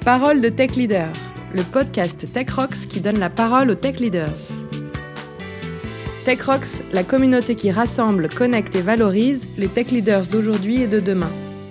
Parole de Tech Leader, le podcast Tech Rocks qui donne la parole aux Tech Leaders. Tech Rocks, la communauté qui rassemble, connecte et valorise les Tech Leaders d'aujourd'hui et de demain.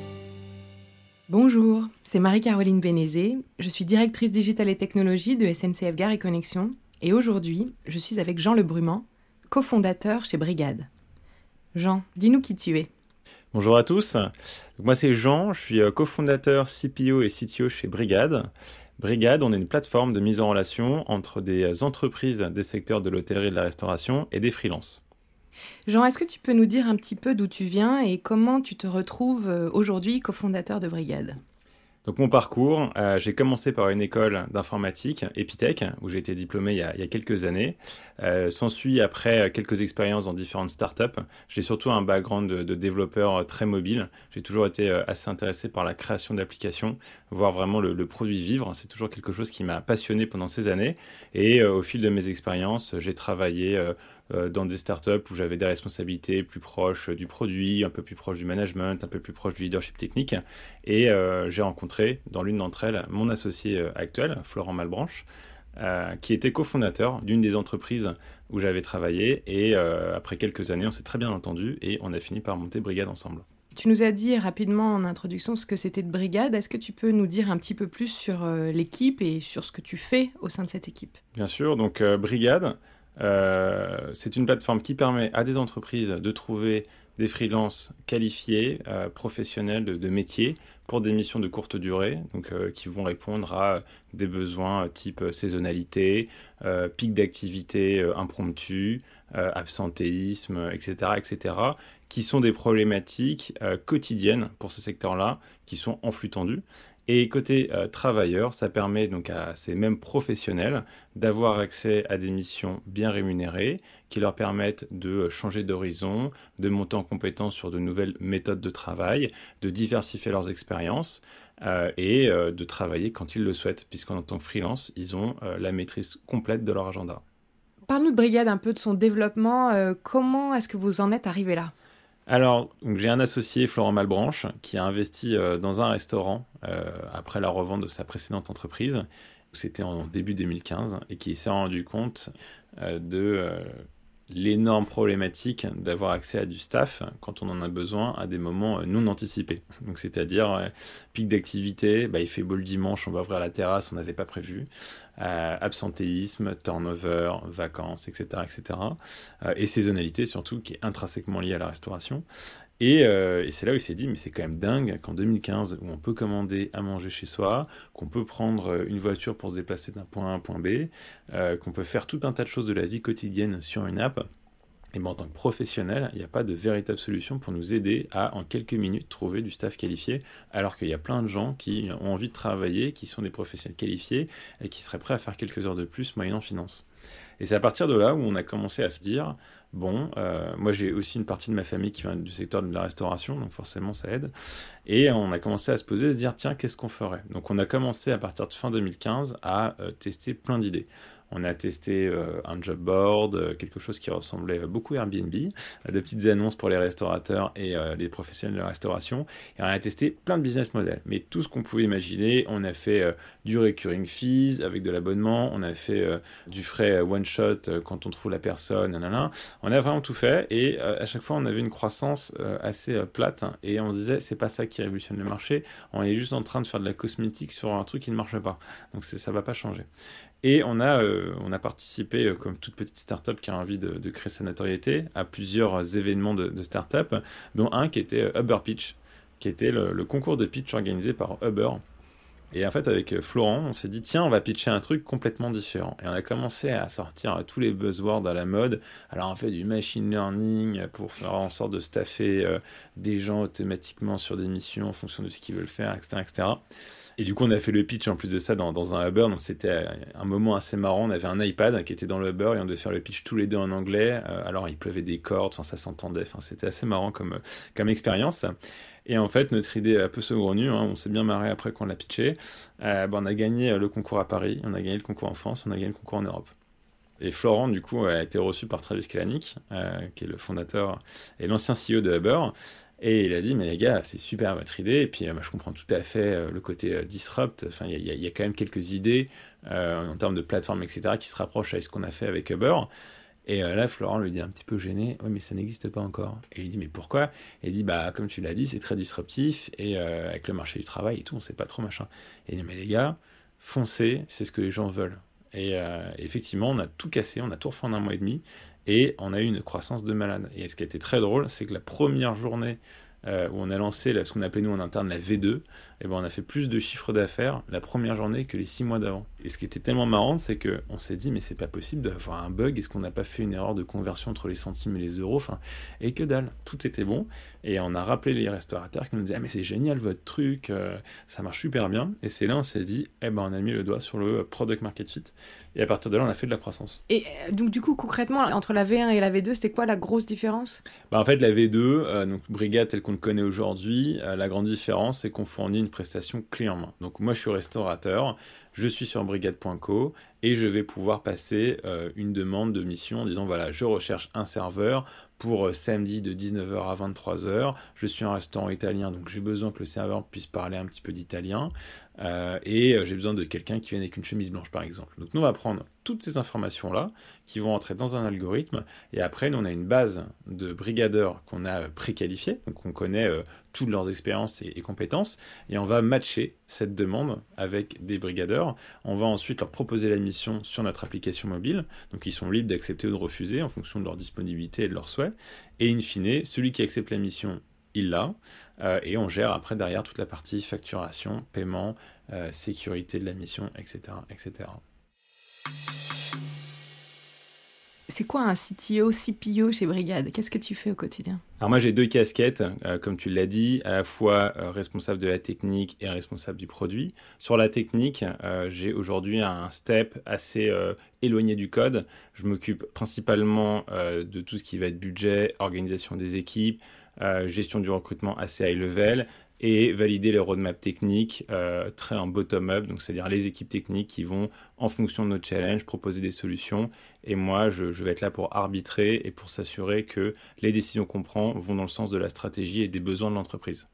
Bonjour, c'est Marie-Caroline Bénézé, je suis directrice digitale et technologie de SNCF Gare et Connexion et aujourd'hui, je suis avec Jean Le Brumand, cofondateur chez Brigade. Jean, dis-nous qui tu es. Bonjour à tous, moi c'est Jean, je suis cofondateur, CPO et CTO chez Brigade. Brigade, on est une plateforme de mise en relation entre des entreprises des secteurs de l'hôtellerie et de la restauration et des freelances. Jean, est-ce que tu peux nous dire un petit peu d'où tu viens et comment tu te retrouves aujourd'hui cofondateur de Brigade ? Donc mon parcours, j'ai commencé par une école d'informatique, Epitech, où j'ai été diplômé il y a quelques années. S'ensuit après quelques expériences dans différentes startups. J'ai surtout un background de développeur très mobile. J'ai toujours été assez intéressé par la création d'applications, voir vraiment le produit vivre. C'est toujours quelque chose qui m'a passionné pendant ces années. Et au fil de mes expériences, j'ai travaillé dans des startups où j'avais des responsabilités plus proches du produit, un peu plus proches du management, un peu plus proches du leadership technique. Et j'ai rencontré dans l'une d'entre elles mon associé actuel, Florent Malbranche, qui était cofondateur d'une des entreprises où j'avais travaillé. Et après quelques années, on s'est très bien entendu et on a fini par monter Brigade ensemble. Tu nous as dit rapidement en introduction ce que c'était de Brigade. Est-ce que tu peux nous dire un petit peu plus sur l'équipe et sur ce que tu fais au sein de cette équipe ? Bien sûr, donc Brigade, c'est une plateforme qui permet à des entreprises de trouver des freelances qualifiés, professionnels de métier pour des missions de courte durée, donc qui vont répondre à des besoins type saisonnalité, pic d'activité impromptu, absentéisme, etc., etc., qui sont des problématiques quotidiennes pour ce secteur-là, qui sont en flux tendu. Et côté travailleurs, ça permet donc à ces mêmes professionnels d'avoir accès à des missions bien rémunérées qui leur permettent de changer d'horizon, de monter en compétence sur de nouvelles méthodes de travail, de diversifier leurs expériences et de travailler quand ils le souhaitent, puisqu'en tant que freelance, ils ont la maîtrise complète de leur agenda. Parle-nous de Brigade, un peu de son développement. Comment est-ce que vous en êtes arrivé là ? Alors, donc j'ai un associé, Florent Malbranche, qui a investi dans un restaurant après la revente de sa précédente entreprise. C'était en début 2015 et qui s'est rendu compte de l'énorme problématique d'avoir accès à du staff quand on en a besoin à des moments non anticipés. Donc, c'est-à-dire pic d'activité, il fait beau le dimanche, on va ouvrir la terrasse, on n'avait pas prévu. Absentéisme, turnover, vacances, etc. etc. Et saisonnalité surtout, qui est intrinsèquement liée à la restauration. Et c'est là où il s'est dit, mais c'est quand même dingue qu'en 2015, où on peut commander à manger chez soi, qu'on peut prendre une voiture pour se déplacer d'un point A à un point B, qu'on peut faire tout un tas de choses de la vie quotidienne sur une app. Et en tant que professionnel, il n'y a pas de véritable solution pour nous aider à, en quelques minutes, trouver du staff qualifié, alors qu'il y a plein de gens qui ont envie de travailler, qui sont des professionnels qualifiés et qui seraient prêts à faire quelques heures de plus moyennant finance. Et c'est à partir de là où on a commencé à se dire, moi j'ai aussi une partie de ma famille qui vient du secteur de la restauration, donc forcément ça aide. Et on a commencé à se poser, à se dire, tiens, qu'est-ce qu'on ferait ? Donc on a commencé à partir de fin 2015 à tester plein d'idées. On a testé un job board, quelque chose qui ressemblait beaucoup à Airbnb, de petites annonces pour les restaurateurs et les professionnels de la restauration. Et on a testé plein de business models, mais tout ce qu'on pouvait imaginer. On a fait du recurring fees avec de l'abonnement, on a fait du frais one shot quand on trouve la personne, nanana. On a vraiment tout fait et à chaque fois on avait une croissance assez plate et on se disait c'est pas ça qui révolutionne le marché, on est juste en train de faire de la cosmétique sur un truc qui ne marche pas. Donc ça va pas changer. Et on a participé, comme toute petite start-up qui a envie de créer sa notoriété, à plusieurs événements de start-up, dont un qui était Uber Pitch, qui était le concours de pitch organisé par Uber. Et en fait, avec Florent, on s'est dit, tiens, on va pitcher un truc complètement différent. Et on a commencé à sortir tous les buzzwords à la mode. Alors, on fait du machine learning pour faire en sorte de staffer des gens automatiquement sur des missions en fonction de ce qu'ils veulent faire, etc., etc. Et du coup, on a fait le pitch en plus de ça dans un Uber, donc c'était un moment assez marrant. On avait un iPad qui était dans le Uber et on devait faire le pitch tous les deux en anglais. Alors, il pleuvait des cordes, ça s'entendait. C'était assez marrant comme expérience. Et en fait, notre idée un peu saugrenue, on s'est bien marré après qu'on l'a pitché. On a gagné le concours à Paris, on a gagné le concours en France, on a gagné le concours en Europe. Et Florent, du coup, a été reçu par Travis Kalanick, qui est le fondateur et l'ancien CEO de Uber. Et il a dit, mais les gars, c'est super votre idée. Et puis, je comprends tout à fait le côté disrupt. Enfin, il y a quand même quelques idées en termes de plateforme, etc., qui se rapprochent avec ce qu'on a fait avec Uber. Et là, Florent lui dit un petit peu gêné, ouais, mais ça n'existe pas encore. Et il dit, mais pourquoi? Et il dit, bah, comme tu l'as dit, c'est très disruptif, et avec le marché du travail et tout, on sait pas trop, machin. Et il dit, mais les gars, foncez, c'est ce que les gens veulent. Et effectivement, on a tout cassé, on a tout refait en 1 mois et demi, et on a eu une croissance de malade. Et ce qui a été très drôle, c'est que la première journée où on a lancé ce qu'on appelait nous en interne la V2, et ben on a fait plus de chiffre d'affaires la première journée que les 6 mois d'avant. Et ce qui était tellement marrant, c'est qu'on s'est dit, mais c'est pas possible d'avoir un bug, est-ce qu'on n'a pas fait une erreur de conversion entre les centimes et les euros, et que dalle, tout était bon. Et on a rappelé les restaurateurs qui nous disaient, ah mais c'est génial votre truc, ça marche super bien. Et c'est là on s'est dit, on a mis le doigt sur le product market fit. Et à partir de là, on a fait de la croissance. Et donc du coup, concrètement, entre la V1 et la V2, c'était quoi la grosse différence? En fait, la V2, donc Brigade telle qu'on le connaît aujourd'hui, la grande différence, c'est qu'on fournit une prestation clé en main. Donc moi, je suis restaurateur, je suis sur brigade.co et je vais pouvoir passer une demande de mission en disant, voilà, je recherche un serveur pour samedi de 19h à 23h. Je suis un restaurant italien, donc j'ai besoin que le serveur puisse parler un petit peu d'italien. Et j'ai besoin de quelqu'un qui vienne avec une chemise blanche, par exemple. Donc nous, on va prendre toutes ces informations-là qui vont entrer dans un algorithme. Et après, nous, on a une base de brigadeurs qu'on a préqualifiés. Donc on connaît toutes leurs expériences et compétences. Et on va matcher cette demande avec des brigadeurs. On va ensuite leur proposer la mission sur notre application mobile. Donc ils sont libres d'accepter ou de refuser en fonction de leur disponibilité et de leurs souhaits. Et in fine, celui qui accepte la mission, il l'a. Et on gère après derrière toute la partie facturation, paiement, sécurité de la mission, etc., etc. C'est quoi un CTO, CPO chez Brigade? Qu'est-ce que tu fais au quotidien? Alors moi j'ai 2 casquettes, comme tu l'as dit, à la fois responsable de la technique et responsable du produit. Sur la technique, j'ai aujourd'hui un step assez éloigné du code. Je m'occupe principalement de tout ce qui va être budget, organisation des équipes, gestion du recrutement assez high level et valider les roadmaps techniques très en bottom-up, donc c'est-à-dire les équipes techniques qui vont, en fonction de nos challenges, proposer des solutions. Et moi, je vais être là pour arbitrer et pour s'assurer que les décisions qu'on prend vont dans le sens de la stratégie et des besoins de l'entreprise.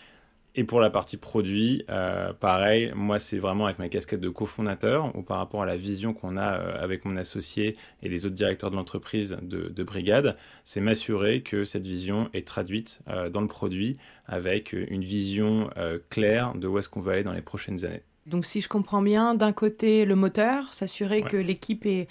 Et pour la partie produit, pareil, moi c'est vraiment avec ma casquette de cofondateur ou par rapport à la vision qu'on a avec mon associé et les autres directeurs de l'entreprise de Brigade, c'est m'assurer que cette vision est traduite dans le produit avec une vision claire de où est-ce qu'on va aller dans les prochaines années. Donc si je comprends bien, d'un côté le moteur, s'assurer que l'équipe est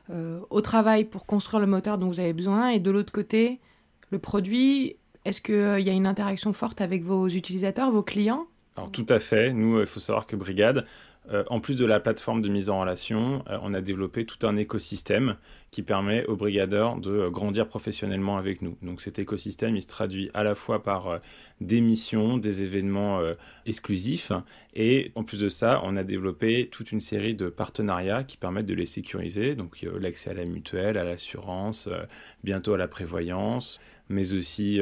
au travail pour construire le moteur dont vous avez besoin, et de l'autre côté, le produit. Est-ce qu'il y a une interaction forte avec vos utilisateurs, vos clients? Alors tout à fait. Nous, il faut savoir que Brigade, en plus de la plateforme de mise en relation, on a développé tout un écosystème qui permet aux brigadeurs de grandir professionnellement avec nous. Donc cet écosystème, il se traduit à la fois par des missions, des événements exclusifs, et en plus de ça, on a développé toute une série de partenariats qui permettent de les sécuriser, donc l'accès à la mutuelle, à l'assurance, bientôt à la prévoyance, mais aussi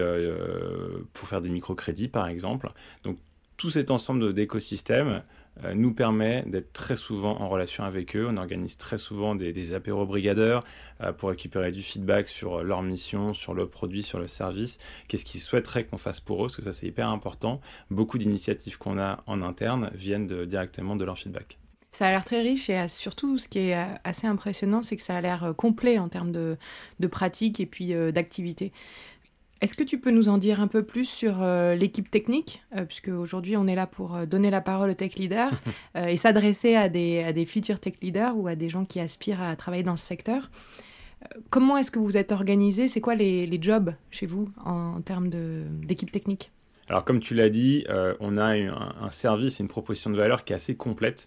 pour faire des microcrédits par exemple. Donc tout cet ensemble d'écosystèmes nous permet d'être très souvent en relation avec eux. On organise très souvent des apéros brigadeurs pour récupérer du feedback sur leur mission, sur le produit, sur le service. Qu'est-ce qu'ils souhaiteraient qu'on fasse pour eux, parce que ça c'est hyper important. Beaucoup d'initiatives qu'on a en interne viennent directement de leur feedback. Ça a l'air très riche, et surtout ce qui est assez impressionnant, c'est que ça a l'air complet en termes de pratique et puis d'activité. Est-ce que tu peux nous en dire un peu plus sur l'équipe technique, puisque aujourd'hui on est là pour donner la parole aux tech leaders et s'adresser à des futurs tech leaders ou à des gens qui aspirent à travailler dans ce secteur. Comment est-ce que vous êtes organisé? C'est quoi les jobs chez vous en termes d'équipe technique? Alors comme tu l'as dit, on a un service et une proposition de valeur qui est assez complète.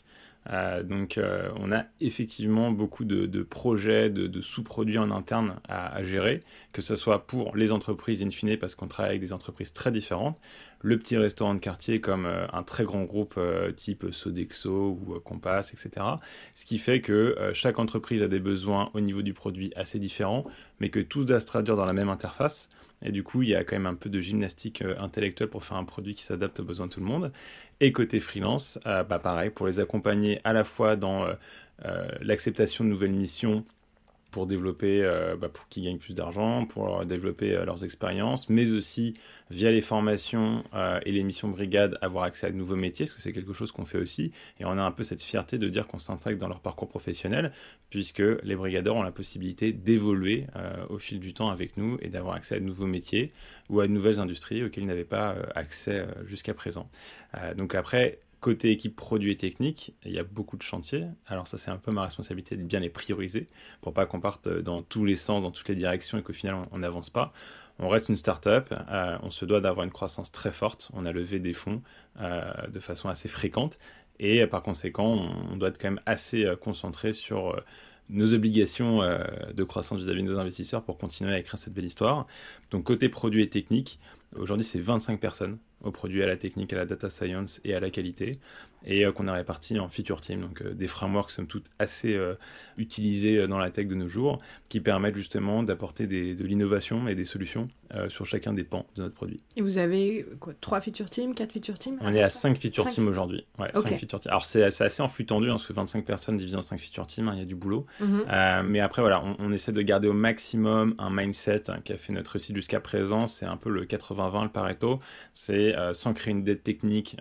Donc on a effectivement beaucoup de projets, de sous-produits en interne à gérer, que ce soit pour les entreprises in fine, parce qu'on travaille avec des entreprises très différentes, le petit restaurant de quartier comme un très grand groupe type Sodexo ou Compass, etc. Ce qui fait que chaque entreprise a des besoins au niveau du produit assez différents, mais que tout doit se traduire dans la même interface. Et du coup, il y a quand même un peu de gymnastique intellectuelle pour faire un produit qui s'adapte aux besoins de tout le monde. Et côté freelance, pareil, pour les accompagner à la fois dans l'acceptation de nouvelles missions, pour développer, pour qu'ils gagnent plus d'argent, pour développer leurs expériences, mais aussi via les formations et les missions brigade, avoir accès à de nouveaux métiers, parce que c'est quelque chose qu'on fait aussi. Et on a un peu cette fierté de dire qu'on s'intègre dans leur parcours professionnel, puisque les brigadeurs ont la possibilité d'évoluer au fil du temps avec nous et d'avoir accès à de nouveaux métiers ou à de nouvelles industries auxquelles ils n'avaient pas accès jusqu'à présent. Donc après, côté équipe produit et technique, il y a beaucoup de chantiers. Alors ça, c'est un peu ma responsabilité de bien les prioriser pour pas qu'on parte dans tous les sens, dans toutes les directions et qu'au final, on n'avance pas. On reste une start-up, on se doit d'avoir une croissance très forte. On a levé des fonds de façon assez fréquente et par conséquent, on doit être quand même assez concentré sur nos obligations de croissance vis-à-vis de nos investisseurs pour continuer à écrire cette belle histoire. Donc côté produit et technique, aujourd'hui c'est 25 personnes au produit, à la technique, à la data science et à la qualité, et qu'on a répartis en feature team, donc des frameworks somme toute assez utilisés dans la tech de nos jours, qui permettent justement d'apporter de l'innovation et des solutions sur chacun des pans de notre produit. Et vous avez 3 feature teams, 4 feature teams? On est à 5 feature teams aujourd'hui. Ouais, okay. 5 feature teams. Alors c'est assez en flux tendu, parce que 25 personnes divisées en 5 feature teams, il y a du boulot. Mais après, voilà, on essaie de garder au maximum un mindset qui a fait notre réussite jusqu'à présent. C'est un peu le 80-20, le Pareto. C'est sans créer une dette technique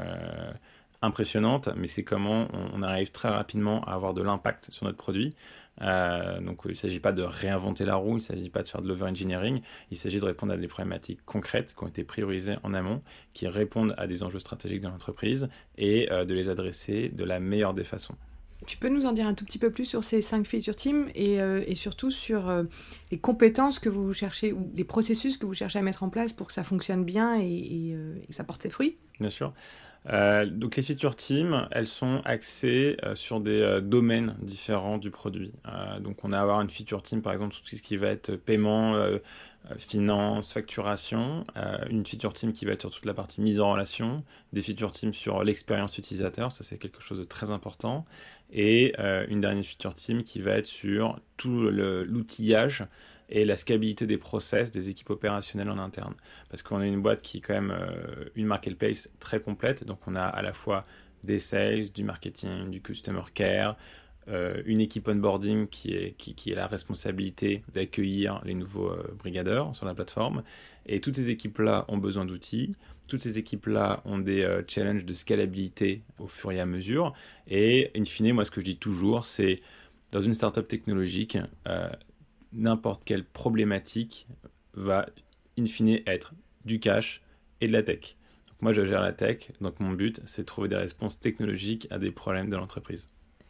impressionnante, mais c'est comment on arrive très rapidement à avoir de l'impact sur notre produit. Donc il ne s'agit pas de réinventer la roue, il ne s'agit pas de faire de l'over-engineering, il s'agit de répondre à des problématiques concrètes qui ont été priorisées en amont, qui répondent à des enjeux stratégiques de l'entreprise et de les adresser de la meilleure des façons. Tu peux nous en dire un tout petit peu plus sur ces 5 feature teams et surtout sur les compétences que vous cherchez ou les processus que vous cherchez à mettre en place pour que ça fonctionne bien et que ça porte ses fruits? Bien sûr. Donc les feature teams, elles sont axées sur des domaines différents du produit. Donc on va avoir une feature team par exemple sur tout ce qui va être paiement, finance, facturation, une feature team qui va être sur toute la partie mise en relation, des feature teams sur l'expérience utilisateur, ça c'est quelque chose de très important, et une dernière feature team qui va être sur tout l'outillage et la scalabilité des process des équipes opérationnelles en interne. Parce qu'on est une boîte qui est quand même une marketplace très complète, donc on a à la fois des sales, du marketing, du customer care, une équipe onboarding qui est la responsabilité d'accueillir les nouveaux brigadeurs sur la plateforme. Et toutes ces équipes-là ont besoin d'outils, toutes ces équipes-là ont des challenges de scalabilité au fur et à mesure. Et in fine, moi ce que je dis toujours, c'est dans une startup technologique, n'importe quelle problématique va in fine être du cash et de la tech. Donc moi je gère la tech, donc mon but c'est de trouver des réponses technologiques à des problèmes de l'entreprise.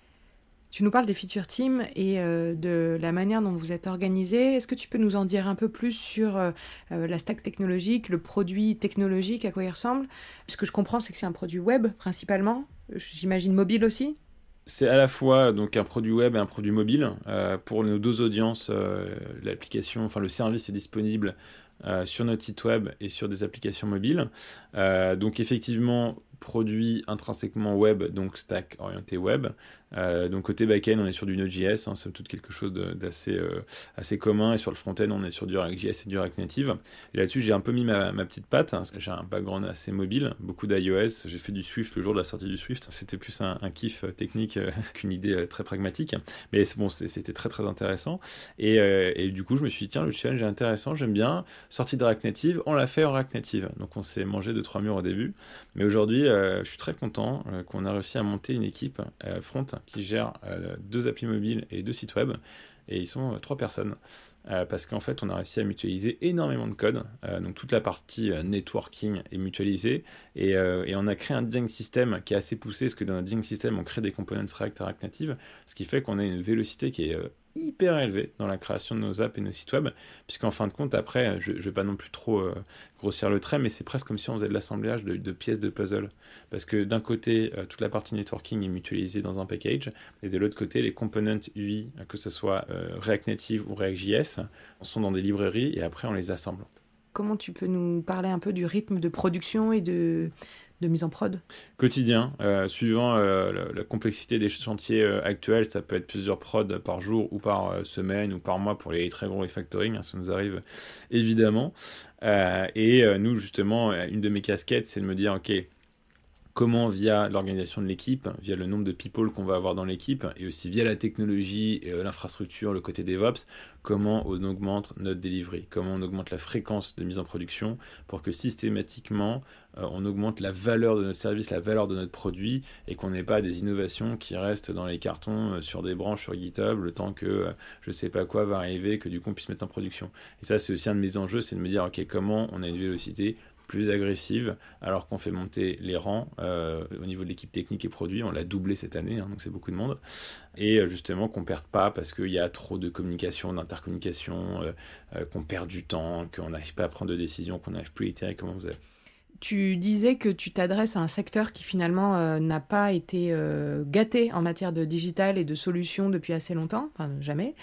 Tu nous parles des feature teams et de la manière dont vous êtes organisé. Est-ce que tu peux nous en dire un peu plus sur la stack technologique, le produit technologique, à quoi il ressemble? Ce que je comprends, c'est que c'est un produit web principalement, j'imagine mobile aussi? C'est à la fois donc un produit web et un produit mobile. Pour nos deux audiences, l'application, enfin le service est disponible sur notre site web et sur des applications mobiles. Donc effectivement, produit intrinsèquement web, donc stack orienté web. Donc côté back-end, on est sur du Node.js, c'est tout quelque chose d'assez assez commun, et sur le front-end, on est sur du React.js et du React Native. Et là-dessus, j'ai un peu mis ma petite patte, parce que j'ai un background assez mobile, beaucoup d'iOS, j'ai fait du Swift le jour de la sortie du Swift, c'était plus un kiff technique qu'une idée très pragmatique, mais bon, c'était très très intéressant, et du coup, je me suis dit, tiens, le challenge est intéressant, j'aime bien, sortie de React Native, on l'a fait en React Native, donc on s'est mangé 2-3 murs au début, mais aujourd'hui, je suis très content qu'on a réussi à monter une équipe front qui gère 2 applis mobiles et 2 sites web, et ils sont 3 personnes. Parce qu'en fait, on a réussi à mutualiser énormément de code. Donc toute la partie networking est mutualisée, et on a créé un design system qui est assez poussé, parce que dans notre design system, on crée des components React et React Native, ce qui fait qu'on a une vélocité qui est hyper élevée dans la création de nos apps et nos sites web, puisqu'en fin de compte, après, je ne vais pas non plus trop grossir le trait, mais c'est presque comme si on faisait de l'assemblage de pièces de puzzle. Parce que d'un côté, toute la partie networking est mutualisée dans un package, et de l'autre côté, les components UI, que ce soit React Native ou React.js, sont dans des librairies, et après, on les assemble. Comment tu peux nous parler un peu du rythme de production et de mise en prod? Quotidien, suivant la complexité des chantiers actuels, ça peut être plusieurs prods par jour ou par semaine ou par mois pour les très gros refactoring, ça nous arrive évidemment. Et nous, justement, une de mes casquettes, c'est de me dire, ok, comment via l'organisation de l'équipe, via le nombre de people qu'on va avoir dans l'équipe, et aussi via la technologie, et l'infrastructure, le côté DevOps, comment on augmente notre delivery, comment on augmente la fréquence de mise en production pour que systématiquement on augmente la valeur de notre service, la valeur de notre produit, et qu'on n'ait pas des innovations qui restent dans les cartons sur des branches sur GitHub le temps que je sais pas quoi va arriver, que du coup on puisse mettre en production. Et ça, c'est aussi un de mes enjeux, c'est de me dire ok, comment on a une vélocité plus agressive, alors qu'on fait monter les rangs au niveau de l'équipe technique et produit. On l'a doublé cette année, donc c'est beaucoup de monde. Et justement, qu'on ne perde pas parce qu'il y a trop de communication, d'intercommunication, qu'on perd du temps, qu'on n'arrive pas à prendre de décisions, qu'on n'arrive plus à itérer comme on faisait. Tu disais que tu t'adresses à un secteur qui finalement n'a pas été gâté en matière de digital et de solutions depuis assez longtemps, enfin jamais.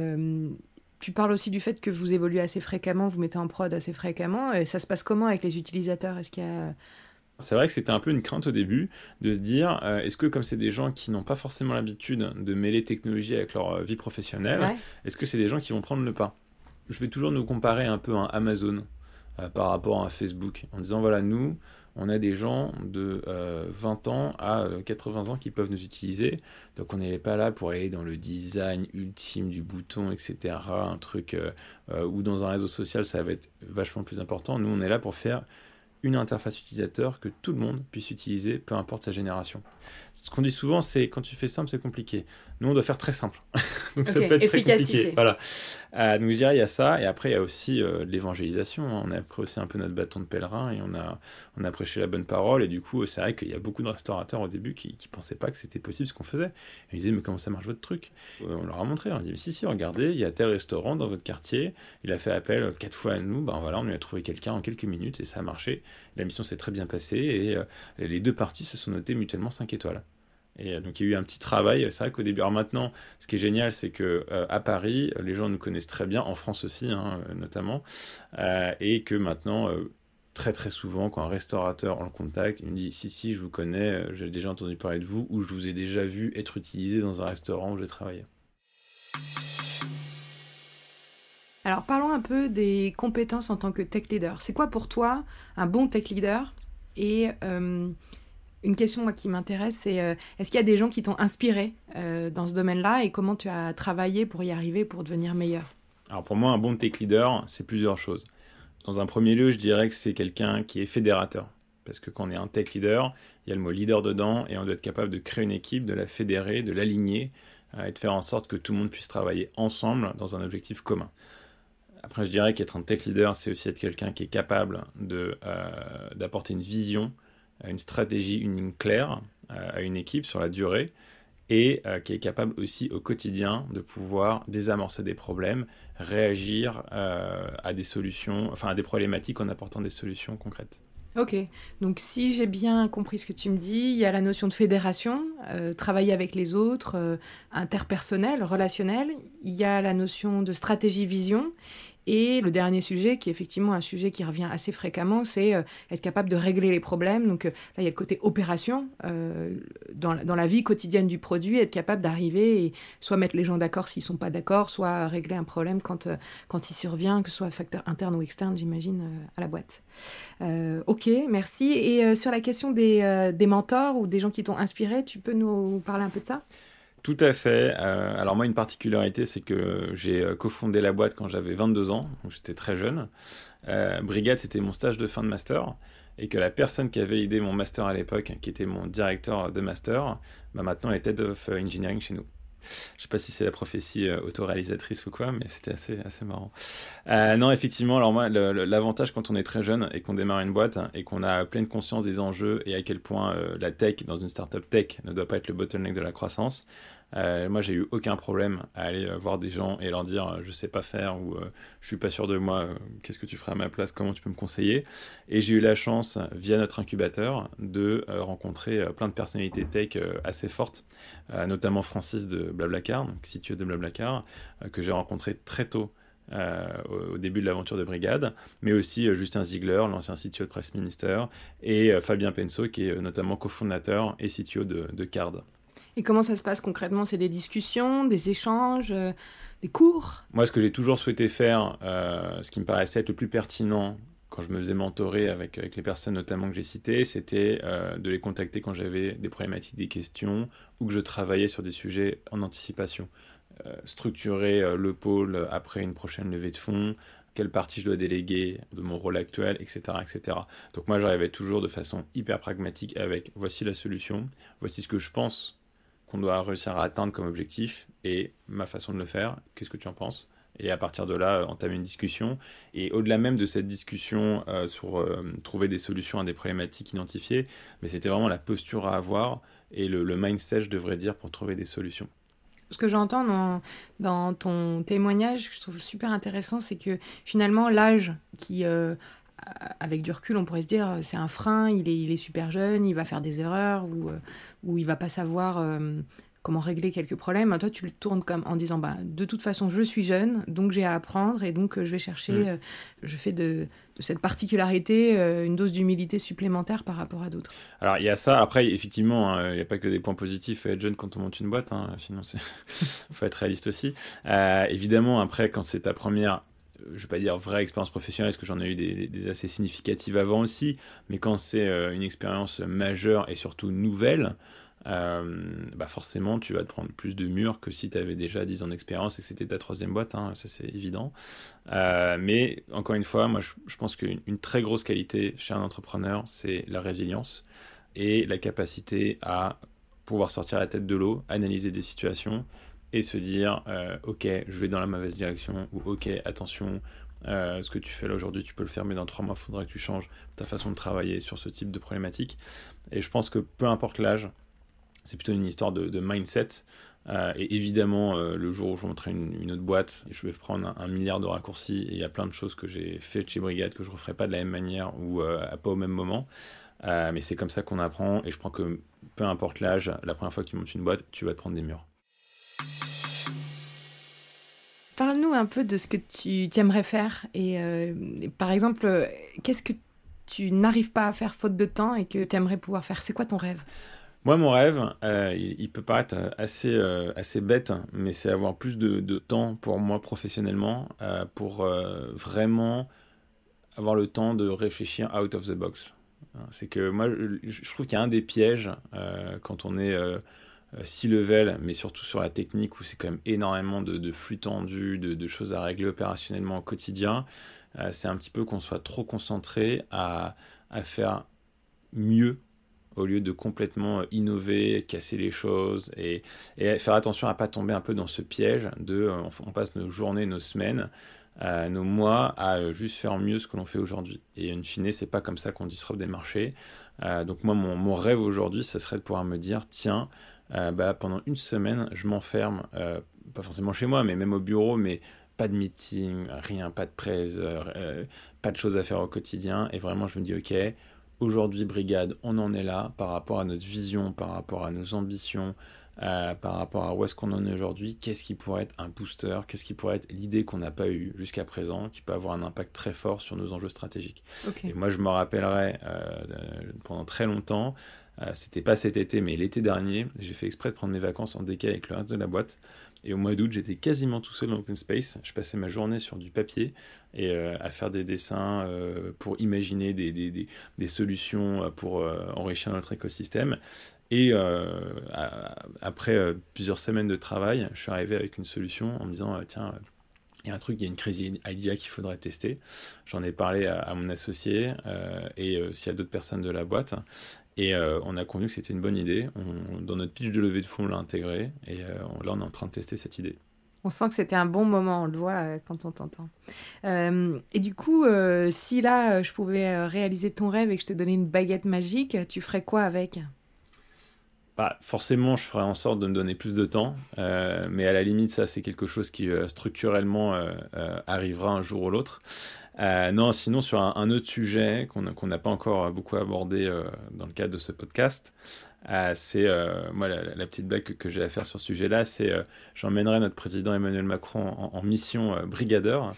Tu parles aussi du fait que vous évoluez assez fréquemment, vous mettez en prod assez fréquemment. Et ça se passe comment avec les utilisateurs ? Est-ce qu'il y a... C'est vrai que c'était un peu une crainte au début de se dire est-ce que comme c'est des gens qui n'ont pas forcément l'habitude de mêler technologie avec leur vie professionnelle, est-ce que c'est des gens qui vont prendre le pas ? Je vais toujours nous comparer un peu à Amazon par rapport à Facebook en disant voilà, nous on a des gens de 20 ans à 80 ans qui peuvent nous utiliser. Donc on n'est pas là pour aller dans le design ultime du bouton, etc. Un truc où dans un réseau social, ça va être vachement plus important. Nous, on est là pour faire une interface utilisateur que tout le monde puisse utiliser, peu importe sa génération. Ce qu'on dit souvent, c'est quand tu fais simple, c'est compliqué. Nous, on doit faire très simple. Donc ça peut être très compliqué. Voilà. Donc je dirais, il y a ça. Et après, il y a aussi l'évangélisation. On a pris aussi un peu notre bâton de pèlerin et on a prêché la bonne parole. Et du coup, c'est vrai qu'il y a beaucoup de restaurateurs au début qui ne pensaient pas que c'était possible ce qu'on faisait. Et ils disaient, mais comment ça marche votre truc ? On leur a montré. On a dit, si, regardez, il y a tel restaurant dans votre quartier. Il a fait appel 4 fois à nous. Ben voilà, on lui a trouvé quelqu'un en quelques minutes et ça a marché. La mission s'est très bien passée et les deux parties se sont notées mutuellement 5 étoiles. Et donc il y a eu un petit travail, c'est vrai qu'au début, alors maintenant, ce qui est génial, c'est que à Paris, les gens nous connaissent très bien, en France aussi, notamment, et que maintenant, très très souvent, quand un restaurateur on le contacte, il me dit si, je vous connais, j'ai déjà entendu parler de vous, ou je vous ai déjà vu être utilisé dans un restaurant où j'ai travaillé. Alors parlons un peu des compétences en tant que tech leader. C'est quoi pour toi un bon tech leader ? Et une question moi, qui m'intéresse, c'est est-ce qu'il y a des gens qui t'ont inspiré dans ce domaine-là et comment tu as travaillé pour y arriver, pour devenir meilleur ? Alors pour moi, un bon tech leader, c'est plusieurs choses. Dans un premier lieu, je dirais que c'est quelqu'un qui est fédérateur. Parce que quand on est un tech leader, il y a le mot leader dedans et on doit être capable de créer une équipe, de la fédérer, de l'aligner et de faire en sorte que tout le monde puisse travailler ensemble dans un objectif commun. Après, je dirais qu'être un tech leader, c'est aussi être quelqu'un qui est capable d'apporter une vision, une stratégie, une ligne claire à une équipe sur la durée et qui est capable aussi au quotidien de pouvoir désamorcer des problèmes, réagir à des solutions, enfin à des problématiques en apportant des solutions concrètes. Ok, donc si j'ai bien compris ce que tu me dis, il y a la notion de fédération, travailler avec les autres, interpersonnel, relationnel, il y a la notion de stratégie vision, et le dernier sujet, qui est effectivement un sujet qui revient assez fréquemment, c'est être capable de régler les problèmes. Donc là, il y a le côté opération dans la vie quotidienne du produit, être capable d'arriver et soit mettre les gens d'accord s'ils ne sont pas d'accord, soit régler un problème quand il survient, que ce soit facteur interne ou externe, j'imagine, à la boîte. Ok, merci. Et sur la question des mentors ou des gens qui t'ont inspiré, tu peux nous parler un peu de ça ? Tout à fait. Alors moi, une particularité, c'est que j'ai cofondé la boîte quand j'avais 22 ans, donc j'étais très jeune. Brigade, c'était mon stage de fin de master, et que la personne qui avait aidé mon master à l'époque, qui était mon directeur de master, maintenant est Head of Engineering chez nous. Je ne sais pas si c'est la prophétie autoréalisatrice ou quoi, mais c'était assez marrant. Non, effectivement, alors moi, l'avantage quand on est très jeune et qu'on démarre une boîte et qu'on a pleine conscience des enjeux et à quel point la tech, dans une startup tech, ne doit pas être le bottleneck de la croissance. Moi, j'ai eu aucun problème à aller voir des gens et leur dire je sais pas faire ou je suis pas sûr de moi, qu'est-ce que tu ferais à ma place, comment tu peux me conseiller. Et j'ai eu la chance, via notre incubateur, de rencontrer plein de personnalités tech assez fortes, notamment Francis de Blablacar, donc CTO de Blablacar, que j'ai rencontré très tôt au début de l'aventure de Brigade, mais aussi Justin Ziegler, l'ancien CTO de Press Minister, et Fabien Penso, qui est notamment cofondateur et CTO de Card. Et comment ça se passe concrètement ? C'est des discussions, des échanges, des cours ? Moi, ce que j'ai toujours souhaité faire, ce qui me paraissait être le plus pertinent quand je me faisais mentorer avec les personnes notamment que j'ai citées, c'était de les contacter quand j'avais des problématiques, des questions, ou que je travaillais sur des sujets en anticipation. Structurer le pôle après une prochaine levée de fonds, quelle partie je dois déléguer de mon rôle actuel, etc., etc. Donc moi, j'arrivais toujours de façon hyper pragmatique avec voici la solution, voici ce que je pense qu'on doit réussir à atteindre comme objectif et ma façon de le faire, qu'est-ce que tu en penses ? Et à partir de là, entamer une discussion. Et au-delà même de cette discussion sur trouver des solutions à des problématiques identifiées, mais c'était vraiment la posture à avoir et le mindset, je devrais dire, pour trouver des solutions. Ce que j'entends dans ton témoignage, que je trouve super intéressant, c'est que finalement, l'âge qui, avec du recul, on pourrait se dire, c'est un frein, il est super jeune, il va faire des erreurs, ou il va pas savoir comment régler quelques problèmes. Toi, tu le tournes comme en disant, de toute façon, je suis jeune, donc j'ai à apprendre, et donc je vais chercher, je fais de cette particularité une dose d'humilité supplémentaire par rapport à d'autres. Alors, il y a ça. Après, effectivement, il n'y a pas que des points positifs à être jeune quand on monte une boîte, sinon il faut être réaliste aussi. Évidemment, après, quand c'est ta première, je ne vais pas dire vraie expérience professionnelle, parce que j'en ai eu des assez significatives avant aussi, mais quand c'est une expérience majeure et surtout nouvelle, forcément tu vas te prendre plus de murs que si tu avais déjà 10 ans d'expérience et que c'était ta troisième boîte, ça c'est évident. Mais encore une fois, moi je pense qu'une très grosse qualité chez un entrepreneur, c'est la résilience et la capacité à pouvoir sortir la tête de l'eau, analyser des situations et se dire ok, je vais dans la mauvaise direction, ou ok, attention, ce que tu fais là aujourd'hui, tu peux le faire, mais dans 3 mois, il faudra que tu changes ta façon de travailler sur ce type de problématique. Et je pense que peu importe l'âge, c'est plutôt une histoire de mindset. Et évidemment, le jour où je montrerai une autre boîte, je vais prendre un milliard de raccourcis. Et il y a plein de choses que j'ai faites chez Brigade que je ne referai pas de la même manière ou pas au même moment. Mais c'est comme ça qu'on apprend. Et je crois que peu importe l'âge, la première fois que tu montes une boîte, tu vas te prendre des murs. Parle-nous un peu de ce que tu aimerais faire. Et par exemple, qu'est-ce que tu n'arrives pas à faire faute de temps et que tu aimerais pouvoir faire ? C'est quoi ton rêve ? Moi, mon rêve, il peut paraître assez bête, mais c'est avoir plus de temps pour moi professionnellement, pour vraiment avoir le temps de réfléchir out of the box. C'est que moi, je trouve qu'il y a un des pièges quand on est C-level, mais surtout sur la technique, où c'est quand même énormément de flux tendus, de choses à régler opérationnellement au quotidien. C'est un petit peu qu'on soit trop concentré à faire mieux, au lieu de complètement innover, casser les choses et faire attention à ne pas tomber un peu dans ce piège de on passe nos journées, nos semaines, nos mois à juste faire mieux ce que l'on fait aujourd'hui. Et in fine, c'est pas comme ça qu'on disrupte des marchés. Donc moi, mon rêve aujourd'hui, ça serait de pouvoir me dire, tiens, pendant une semaine, je m'enferme, pas forcément chez moi, mais même au bureau, mais pas de meeting, rien, pas de presse, pas de choses à faire au quotidien. Et vraiment, je me dis, ok, aujourd'hui, Brigade, on en est là par rapport à notre vision, par rapport à nos ambitions, par rapport à où est-ce qu'on en est aujourd'hui. Qu'est-ce qui pourrait être un booster ? Qu'est-ce qui pourrait être l'idée qu'on n'a pas eue jusqu'à présent, qui peut avoir un impact très fort sur nos enjeux stratégiques ? Okay. Et moi, je me rappellerai pendant très longtemps, c'était pas cet été, mais l'été dernier, j'ai fait exprès de prendre mes vacances en décalé avec le reste de la boîte. Et au mois d'août, j'étais quasiment tout seul dans l'open space. Je passais ma journée sur du papier et à faire des dessins pour imaginer des solutions pour enrichir notre écosystème. Et après plusieurs semaines de travail, je suis arrivé avec une solution en me disant tiens, il y a un truc, il y a une crazy idea qu'il faudrait tester. J'en ai parlé à mon associé et s'il y a d'autres personnes de la boîte. Et on a convenu que c'était une bonne idée. Dans notre pitch de levée de fonds, on l'a intégré. Et là, on est en train de tester cette idée. On sent que c'était un bon moment, on le voit quand on t'entend. Et du coup, si là, je pouvais réaliser ton rêve et que je te donnais une baguette magique, tu ferais quoi avec ? Forcément, je ferais en sorte de me donner plus de temps. Mais à la limite, ça, c'est quelque chose qui structurellement arrivera un jour ou l'autre. Non, sinon sur un autre sujet qu'on n'a pas encore beaucoup abordé dans le cadre de ce podcast, c'est moi la petite blague que j'ai à faire sur ce sujet-là, c'est j'emmènerai notre président Emmanuel Macron en mission brigadeur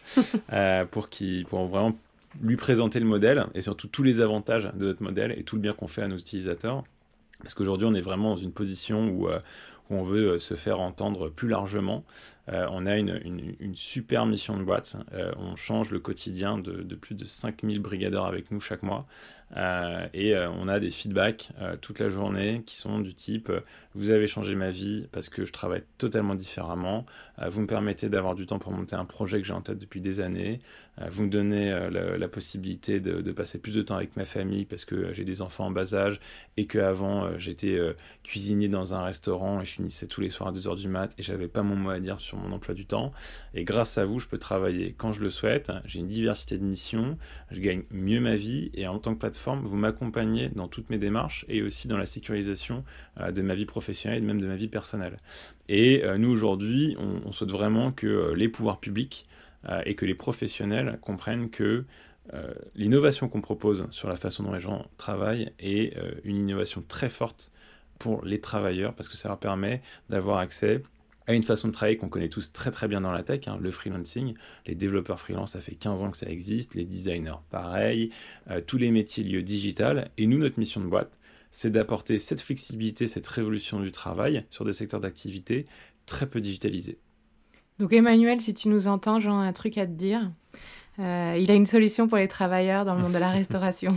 pour vraiment lui présenter le modèle et surtout tous les avantages de notre modèle et tout le bien qu'on fait à nos utilisateurs. Parce qu'aujourd'hui, on est vraiment dans une position où où on veut se faire entendre plus largement. On a une super mission de boîte. On change le quotidien de plus de 5000 brigadeurs avec nous chaque mois. Et on a des feedbacks toute la journée qui sont du type vous avez changé ma vie parce que je travaille totalement différemment, vous me permettez d'avoir du temps pour monter un projet que j'ai en tête depuis des années, vous me donnez la possibilité de passer plus de temps avec ma famille parce que j'ai des enfants en bas âge et qu'avant j'étais cuisinier dans un restaurant et je finissais tous les soirs à 2h du mat et j'avais pas mon mot à dire sur mon emploi du temps, et grâce à vous je peux travailler quand je le souhaite, j'ai une diversité de missions, je gagne mieux ma vie et en tant que plateforme vous m'accompagnez dans toutes mes démarches et aussi dans la sécurisation de ma vie professionnelle et même de ma vie personnelle. Et nous aujourd'hui on souhaite vraiment que les pouvoirs publics et que les professionnels comprennent que l'innovation qu'on propose sur la façon dont les gens travaillent est une innovation très forte pour les travailleurs parce que ça leur permet d'avoir accès à une façon de travailler qu'on connaît tous très très bien dans la tech, le freelancing. Les développeurs freelance, ça fait 15 ans que ça existe, les designers pareil, tous les métiers liés au digital. Et nous, notre mission de boîte, c'est d'apporter cette flexibilité, cette révolution du travail sur des secteurs d'activité très peu digitalisés. Donc Emmanuel, si tu nous entends, Jean a un truc à te dire. Il a une solution pour les travailleurs dans le monde de la restauration.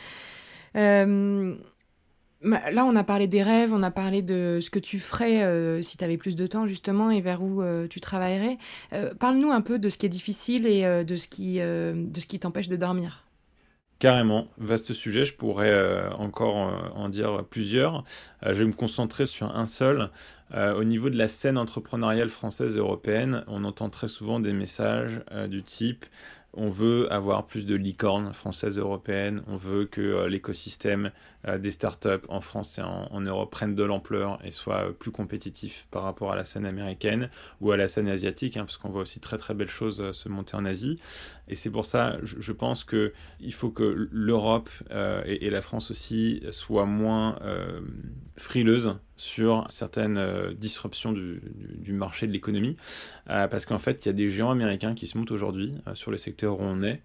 Là, on a parlé des rêves, on a parlé de ce que tu ferais si tu avais plus de temps, justement, et vers où tu travaillerais. Parle-nous un peu de ce qui est difficile et de ce qui t'empêche de dormir. Carrément, vaste sujet, je pourrais encore en dire plusieurs. Je vais me concentrer sur un seul. Au niveau de la scène entrepreneuriale française et européenne, on entend très souvent des messages du type on veut avoir plus de licornes françaises et européennes, on veut que l'écosystème des startups en France et en Europe prenne de l'ampleur et soit plus compétitif par rapport à la scène américaine ou à la scène asiatique, parce qu'on voit aussi très très belles choses se monter en Asie. Et c'est pour ça, je pense qu'il faut que l'Europe et la France aussi soient moins frileuses sur certaines disruptions du marché de l'économie, parce qu'en fait, il y a des géants américains qui se montent aujourd'hui sur les secteurs où on est.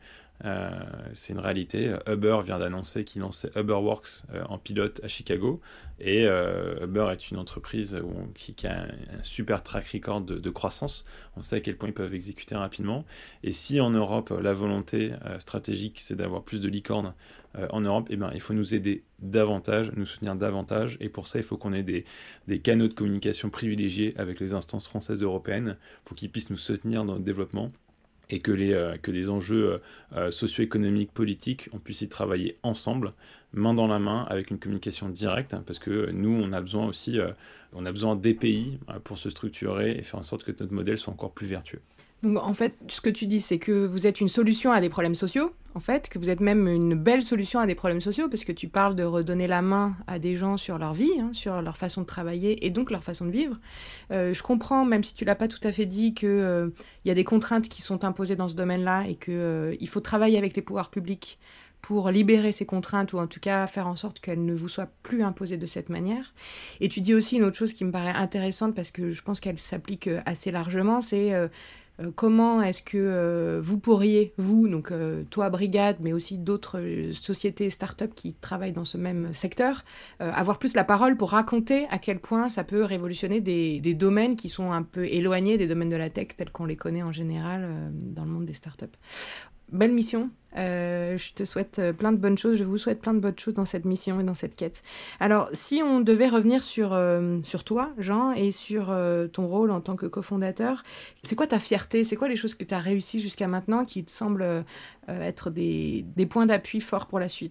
C'est une réalité. Uber vient d'annoncer qu'il lançait UberWorks en pilote à Chicago, et Uber est une entreprise qui a un super track record de croissance. On sait à quel point ils peuvent exécuter rapidement, et si en Europe la volonté stratégique c'est d'avoir plus de licornes en Europe, il faut nous aider davantage, nous soutenir davantage, et pour ça il faut qu'on ait des canaux de communication privilégiés avec les instances françaises et européennes pour qu'ils puissent nous soutenir dans le développement, et que les enjeux socio-économiques, politiques, on puisse y travailler ensemble, main dans la main, avec une communication directe, parce que nous, on a besoin aussi, on a besoin des pays pour se structurer et faire en sorte que notre modèle soit encore plus vertueux. Donc en fait, ce que tu dis, c'est que vous êtes une solution à des problèmes sociaux, en fait, que vous êtes même une belle solution à des problèmes sociaux, parce que tu parles de redonner la main à des gens sur leur vie, sur leur façon de travailler et donc leur façon de vivre. Je comprends, même si tu l'as pas tout à fait dit, qu'il y a des contraintes qui sont imposées dans ce domaine-là et qu'il faut travailler avec les pouvoirs publics pour libérer ces contraintes, ou en tout cas faire en sorte qu'elles ne vous soient plus imposées de cette manière. Et tu dis aussi une autre chose qui me paraît intéressante, parce que je pense qu'elle s'applique assez largement, c'est comment est-ce que vous pourriez, vous, donc toi Brigade, mais aussi d'autres sociétés start-up qui travaillent dans ce même secteur, avoir plus la parole pour raconter à quel point ça peut révolutionner des domaines qui sont un peu éloignés des domaines de la tech tels qu'on les connaît en général dans le monde des start-up. Belle mission. Je te souhaite plein de bonnes choses. Je vous souhaite plein de bonnes choses dans cette mission et dans cette quête. Alors, si on devait revenir sur toi, Jean, et sur ton rôle en tant que cofondateur, c'est quoi ta fierté ? C'est quoi les choses que tu as réussies jusqu'à maintenant qui te semblent être des points d'appui forts pour la suite ?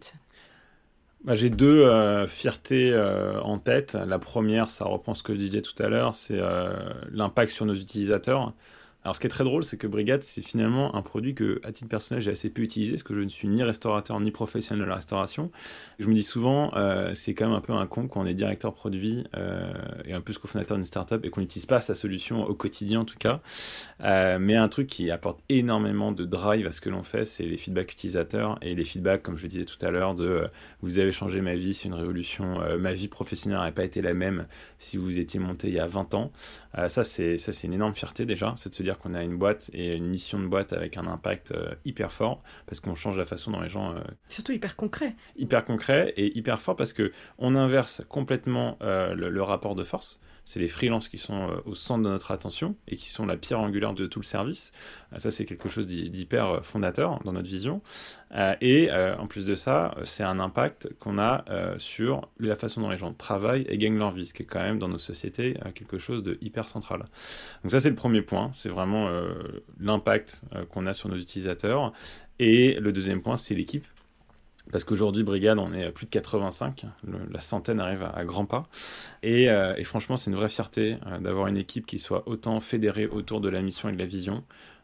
J'ai deux fiertés en tête. La première, ça reprend ce que je disais tout à l'heure, c'est l'impact sur nos utilisateurs. Alors, ce qui est très drôle, c'est que Brigade, c'est finalement un produit que, à titre personnel, j'ai assez peu utilisé, parce que je ne suis ni restaurateur ni professionnel de la restauration. Je me dis souvent, c'est quand même un peu un con quand on est directeur produit et un peu cofondateur d'une startup et qu'on n'utilise pas sa solution au quotidien, en tout cas. Mais un truc qui apporte énormément de drive à ce que l'on fait, c'est les feedbacks utilisateurs, et les feedbacks, comme je le disais tout à l'heure, de vous avez changé ma vie, c'est une révolution, ma vie professionnelle n'aurait pas été la même si vous étiez monté il y a 20 ans. Ça, c'est une énorme fierté déjà, c'est de se dire qu'on a une boîte et une mission de boîte avec un impact hyper fort, parce qu'on change la façon dont les gens... Surtout hyper concret. Hyper concret et hyper fort, parce qu'on inverse complètement le rapport de force. c'est les freelances qui sont au centre de notre attention et qui sont la pierre angulaire de tout le service. Ça, c'est quelque chose d'hyper fondateur dans notre vision. Et en plus de ça, c'est un impact qu'on a sur la façon dont les gens travaillent et gagnent leur vie, ce qui est quand même dans nos sociétés quelque chose de hyper central. Donc ça, c'est le premier point, c'est vraiment l'impact qu'on a sur nos utilisateurs. Et le deuxième point, c'est l'équipe. Parce qu'aujourd'hui, Brigad, on est à plus de 85, la centaine arrive à grands pas. Et franchement, c'est une vraie fierté d'avoir une équipe qui soit autant fédérée autour de la mission et de la vision.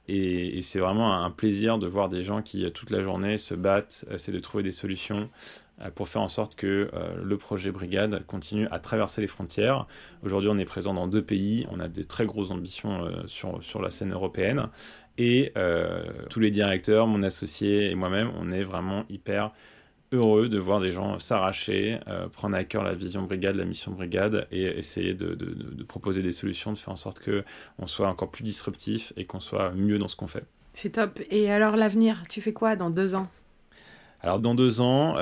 Et c'est vraiment un plaisir de voir des gens qui, toute la journée, se battent, essaient de trouver des solutions pour faire en sorte que le projet Brigad continue à traverser les frontières. Aujourd'hui, on est présent dans 2 pays, on a de très grosses ambitions sur la scène européenne. Et tous les directeurs, mon associé et moi-même, on est vraiment hyper heureux de voir des gens s'arracher, prendre à cœur la vision Brigad, la mission Brigad, et essayer de proposer des solutions, de faire en sorte qu'on soit encore plus disruptif et qu'on soit mieux dans ce qu'on fait. C'est top. Et alors l'avenir, tu fais quoi dans 2 ans ? Alors dans 2 ans,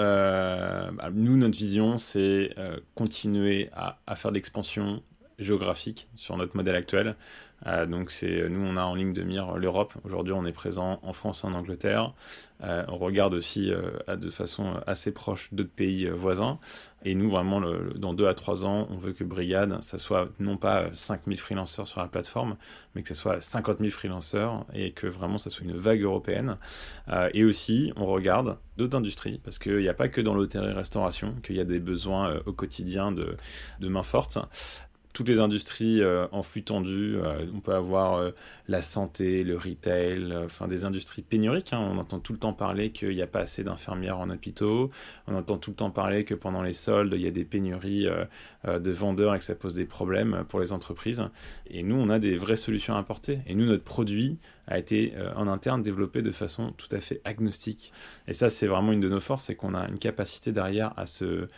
nous, notre vision, c'est continuer à faire de l'expansion géographique sur notre modèle actuel. Donc nous, on a en ligne de mire l'Europe. Aujourd'hui, on est présent en France et en Angleterre. On regarde aussi de façon assez proche d'autres pays voisins. Et nous, vraiment, dans 2 à 3 ans, on veut que Brigad, ça soit non pas 5000 freelanceurs sur la plateforme, mais que ça soit 50 000 freelanceurs et que vraiment, ça soit une vague européenne. Et aussi, on regarde d'autres industries, parce qu'il n'y a pas que dans l'hôtellerie-restauration qu'il y a des besoins au quotidien de main forte. Toutes les industries en flux tendu, on peut avoir la santé, le retail, des industries pénuriques. On entend tout le temps parler qu'il n'y a pas assez d'infirmières en hôpitaux. On entend tout le temps parler que pendant les soldes, il y a des pénuries de vendeurs et que ça pose des problèmes pour les entreprises. Et nous, on a des vraies solutions à apporter. Et nous, notre produit a été en interne développé de façon tout à fait agnostique. Et ça, c'est vraiment une de nos forces, c'est qu'on a une capacité derrière à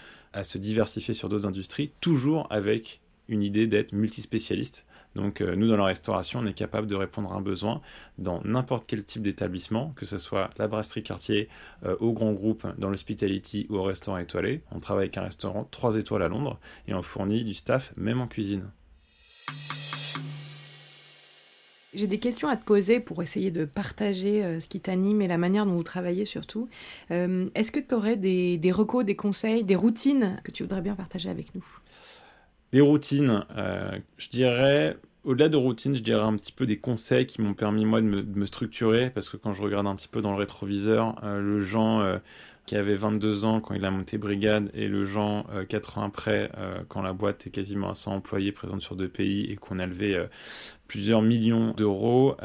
se diversifier sur d'autres industries, toujours avec une idée d'être multispécialiste. Donc nous, dans la restauration, on est capable de répondre à un besoin dans n'importe quel type d'établissement, que ce soit la brasserie Cartier, au grand groupe, dans l'hospitality ou au restaurant étoilé. On travaille avec un restaurant 3 étoiles à Londres et on fournit du staff même en cuisine. J'ai des questions à te poser pour essayer de partager ce qui t'anime et la manière dont vous travaillez surtout. Est-ce que tu aurais des recos, des conseils, des routines que tu voudrais bien partager avec nous ? Des routines, je dirais, au-delà de routines, je dirais un petit peu des conseils qui m'ont permis, moi, de me structurer, parce que quand je regarde un petit peu dans le rétroviseur, le Jean qui avait 22 ans quand il a monté Brigad, et le Jean 4 ans après, quand la boîte est quasiment à 100 employés, présente sur 2 pays, et qu'on a levé plusieurs millions d'euros,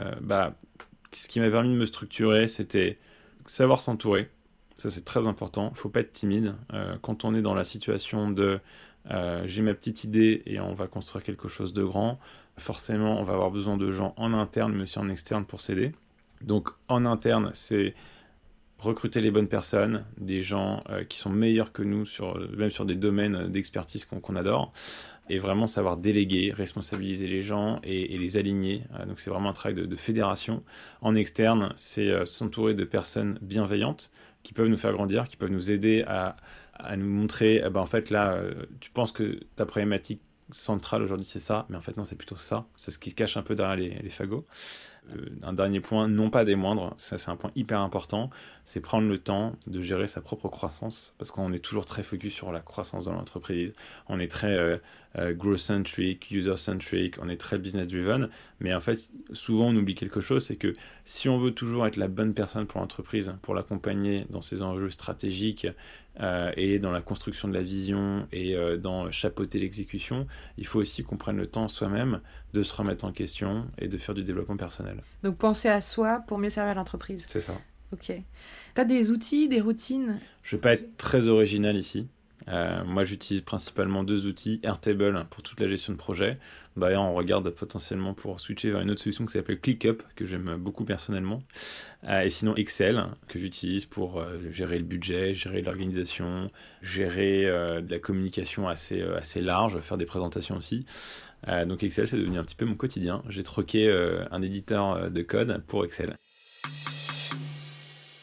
ce qui m'a permis de me structurer, c'était savoir s'entourer. Ça, c'est très important. Il ne faut pas être timide. Quand on est dans la situation de j'ai ma petite idée et on va construire quelque chose de grand, forcément on va avoir besoin de gens en interne mais aussi en externe pour s'aider. Donc en interne, c'est recruter les bonnes personnes, des gens qui sont meilleurs que nous même sur des domaines d'expertise qu'on adore, et vraiment savoir déléguer, responsabiliser les gens et les aligner. Donc c'est vraiment un travail de fédération. En externe, c'est s'entourer de personnes bienveillantes qui peuvent nous faire grandir, qui peuvent nous aider à nous montrer, en fait là, tu penses que ta problématique centrale aujourd'hui c'est ça, mais en fait non, c'est plutôt ça. C'est ce qui se cache un peu derrière les fagots. Un dernier point, non pas des moindres, ça c'est un point hyper important, c'est prendre le temps de gérer sa propre croissance, parce qu'on est toujours très focus sur la croissance dans l'entreprise, on est très growth-centric, user-centric, on est très business-driven, mais en fait, souvent on oublie quelque chose, c'est que si on veut toujours être la bonne personne pour l'entreprise, pour l'accompagner dans ses enjeux stratégiques, et dans la construction de la vision et dans chapeauter l'exécution, il faut aussi qu'on prenne le temps soi-même de se remettre en question et de faire du développement personnel. Donc penser à soi pour mieux servir l'entreprise. C'est ça. Ok. Tu as des outils, des routines ? Je ne vais pas être très original ici. Moi, j'utilise principalement 2 outils. Airtable pour toute la gestion de projet. D'ailleurs, on regarde potentiellement pour switcher vers une autre solution qui s'appelle ClickUp, que j'aime beaucoup personnellement. Et sinon, Excel, que j'utilise pour gérer le budget, gérer l'organisation, gérer de la communication assez large, faire des présentations aussi. Donc Excel, c'est devenu un petit peu mon quotidien. J'ai troqué un éditeur de code pour Excel.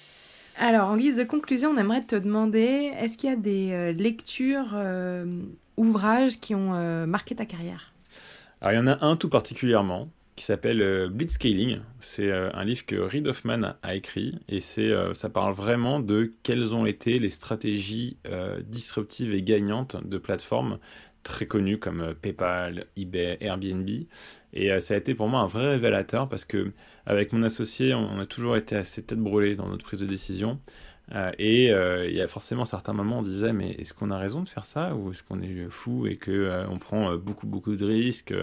Alors, en guise de conclusion, on aimerait te demander, est-ce qu'il y a des lectures ouvrages qui ont marqué ta carrière? Alors, il y en a un tout particulièrement qui s'appelle Blitzscaling. C'est un livre que Reid Hoffman a écrit et ça parle vraiment de quelles ont été les stratégies disruptives et gagnantes de plateformes très connues comme PayPal, eBay, Airbnb. Et ça a été pour moi un vrai révélateur parce que avec mon associé, on a toujours été assez tête brûlée dans notre prise de décision. Il y a forcément certains moments où on disait mais est-ce qu'on a raison de faire ça ou est-ce qu'on est fou et qu'on prend beaucoup de risques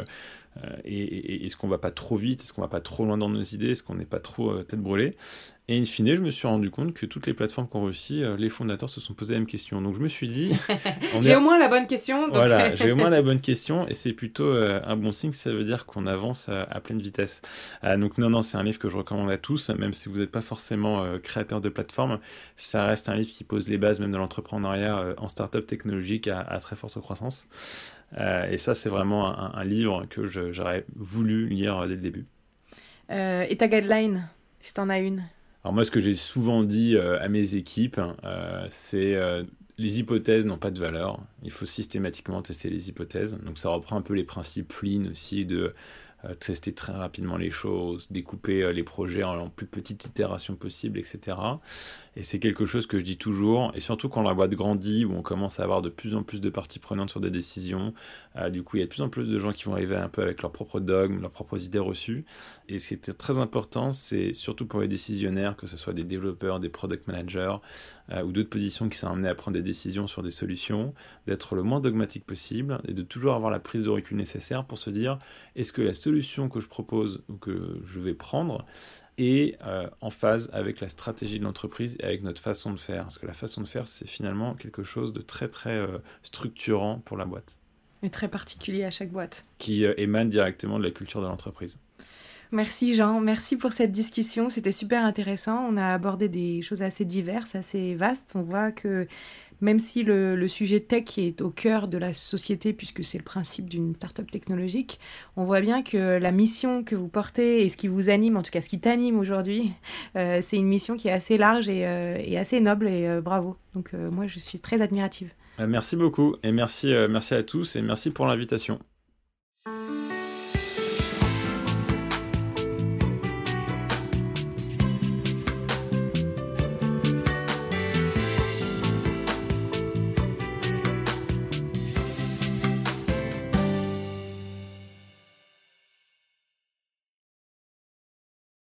et est-ce qu'on va pas trop vite, est-ce qu'on va pas trop loin dans nos idées, est-ce qu'on n'est pas trop tête brûlée. Et in fine, je me suis rendu compte que toutes les plateformes qui ont réussi, les fondateurs se sont posés la même question. Donc je me suis dit... J'ai au moins la bonne question. Donc... Voilà, j'ai au moins la bonne question et c'est plutôt un bon signe, ça veut dire qu'on avance à pleine vitesse. Donc non, c'est un livre que je recommande à tous, même si vous n'êtes pas forcément créateur de plateforme. Ça reste un livre qui pose les bases même de l'entrepreneuriat en start-up technologique à très forte croissance. Et ça, c'est vraiment un livre que j'aurais voulu lire dès le début. Et ta guideline, si tu en as une? Alors moi, ce que j'ai souvent dit à mes équipes, c'est les hypothèses n'ont pas de valeur. Il faut systématiquement tester les hypothèses. Donc ça reprend un peu les principes Lean aussi de tester très rapidement les choses, découper les projets en plus petites itérations possibles, etc. Et c'est quelque chose que je dis toujours, et surtout quand la boîte grandit, où on commence à avoir de plus en plus de parties prenantes sur des décisions, du coup il y a de plus en plus de gens qui vont arriver un peu avec leurs propres dogmes, leurs propres idées reçues. Et ce qui était très important, c'est surtout pour les décisionnaires, que ce soit des développeurs, des product managers, ou d'autres positions qui sont amenées à prendre des décisions sur des solutions, d'être le moins dogmatique possible, et de toujours avoir la prise de recul nécessaire pour se dire, est-ce que la solution que je propose ou que je vais prendre est en phase avec la stratégie de l'entreprise et avec notre façon de faire. Parce que la façon de faire, c'est finalement quelque chose de très structurant pour la boîte. Et très particulier à chaque boîte. Qui émane directement de la culture de l'entreprise. Merci Jean, merci pour cette discussion, c'était super intéressant. On a abordé des choses assez diverses, assez vastes. On voit que même si le sujet tech est au cœur de la société, puisque c'est le principe d'une start-up technologique, on voit bien que la mission que vous portez et ce qui vous anime, en tout cas ce qui t'anime aujourd'hui, c'est une mission qui est assez large et assez noble et bravo. Donc moi je suis très admirative. Merci beaucoup et merci à tous et merci pour l'invitation.